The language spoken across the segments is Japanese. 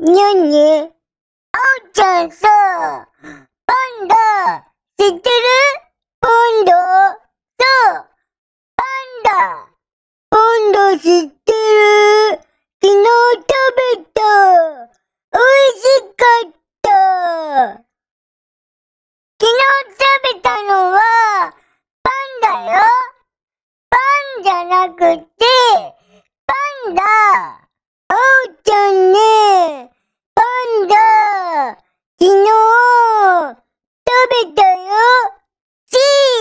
にゃんに、あおちゃんさ、パンダ、知ってる？パンダ？そう、パンダ。パンダ知ってる？昨日食べた。おいしかった。昨日食べたのは、パンダよ。パンじゃなくて、パンダ。あおちゃんね、パンダ、昨日、食べたよ。違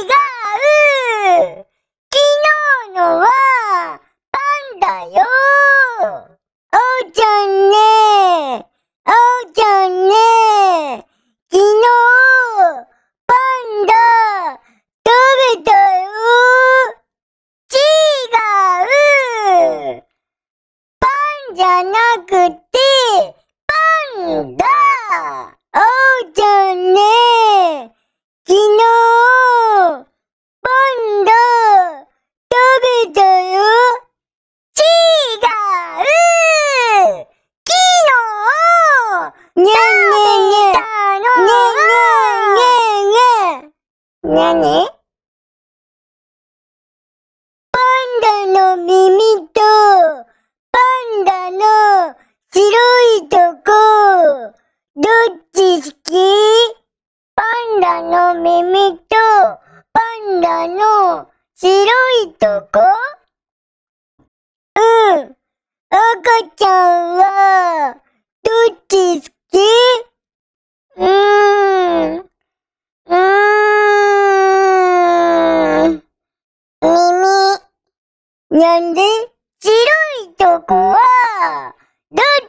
う。昨日のは、パンダよ。あおちゃんね、あおちゃんね、昨日、パンダ、食べたよ。違う。パンじゃなくて、パンダ。あおちゃんね、昨日、パンダ、食べたよ。違う。昨日、ねえねえねえ、ねえねえねえねえ。なに？パンダの耳と、パンダの白いとこ、どっち好き？パンダの耳と、パンダの白いとこ？うん。赤ちゃんは、どっち好き？耳。なんで？白いとこは、だって、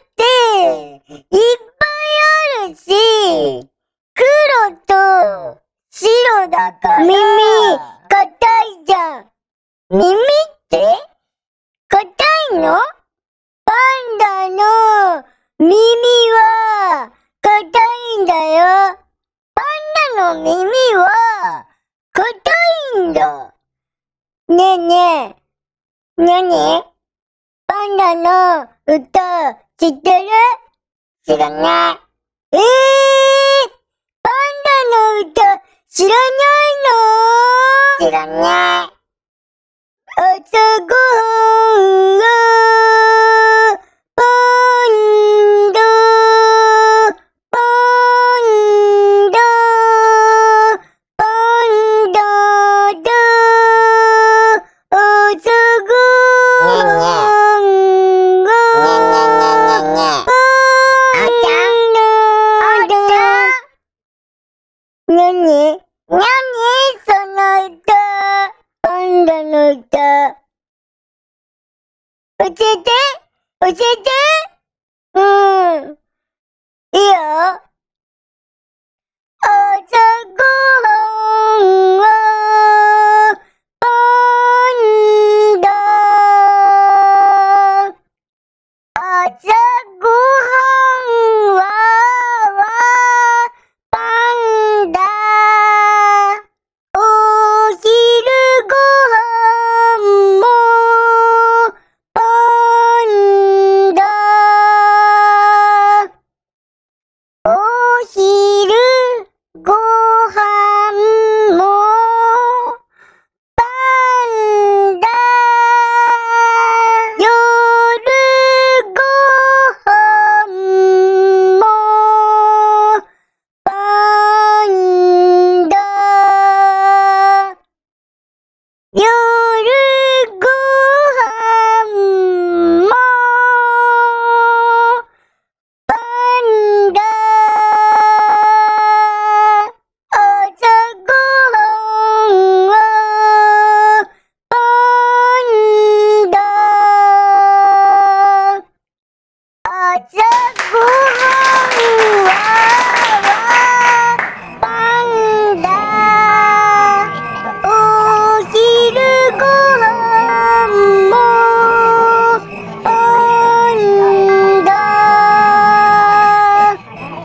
いっぱいあるし、黒と白だから。耳、硬いじゃん。耳って硬いの？パンダの耳は硬いんだよ。パンダの耳は硬いんだ。ねえねえ、なに？パンダの歌知ってる？知らない。パンダの歌知らないの？知らない。朝ごはんは、パンダ、パンダ、パンダだ。朝ごはんは、パンダだ。なに？その歌。パンダの歌。教えて、教えて。いいよ。朝ごはんは、パンダ。朝ごはんは、パンダ。お昼ごはんも、パンダ。お昼ごはんも、パンダ。夜ごはんも、パンダ。夜ごはんも、パンダ。朝ごはんは、パンダ。朝ごはん